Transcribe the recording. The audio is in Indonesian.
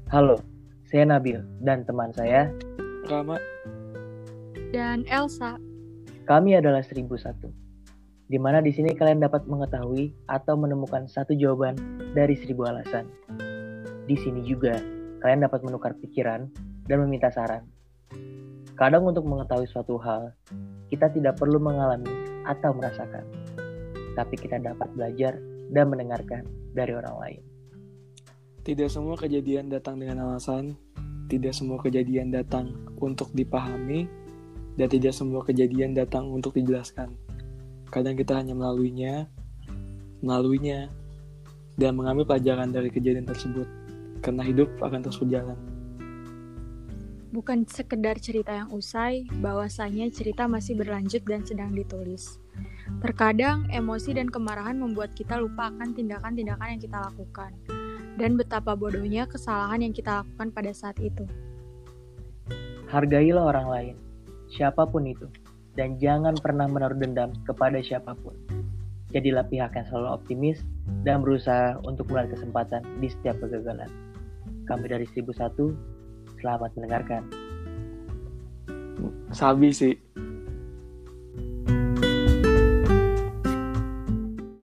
Halo, saya Nabil dan teman saya. Rama. Dan Elsa. Kami adalah 1001, di mana di sini kalian dapat mengetahui atau menemukan satu jawaban dari 1000 alasan. Di sini juga kalian dapat menukar pikiran dan meminta saran. Kadang untuk mengetahui suatu hal, kita tidak perlu mengalami atau merasakan, tapi kita dapat belajar dan mendengarkan dari orang lain. Tidak semua kejadian datang dengan alasan, tidak semua kejadian datang untuk dipahami, dan tidak semua kejadian datang untuk dijelaskan. Kadang kita hanya melaluinya, dan mengambil pelajaran dari kejadian tersebut, karena hidup akan terus berjalan. Bukan sekedar cerita yang usai, bahwasanya cerita masih berlanjut dan sedang ditulis. Terkadang emosi dan kemarahan membuat kita lupa akan tindakan-tindakan yang kita lakukan, dan betapa bodohnya kesalahan yang kita lakukan pada saat itu. Hargailah orang lain, siapapun itu, dan jangan pernah menaruh dendam kepada siapapun. Jadilah pihak yang selalu optimis dan berusaha untuk melihat kesempatan di setiap kegagalan. Kami dari 1001, selamat mendengarkan. Sabi sih.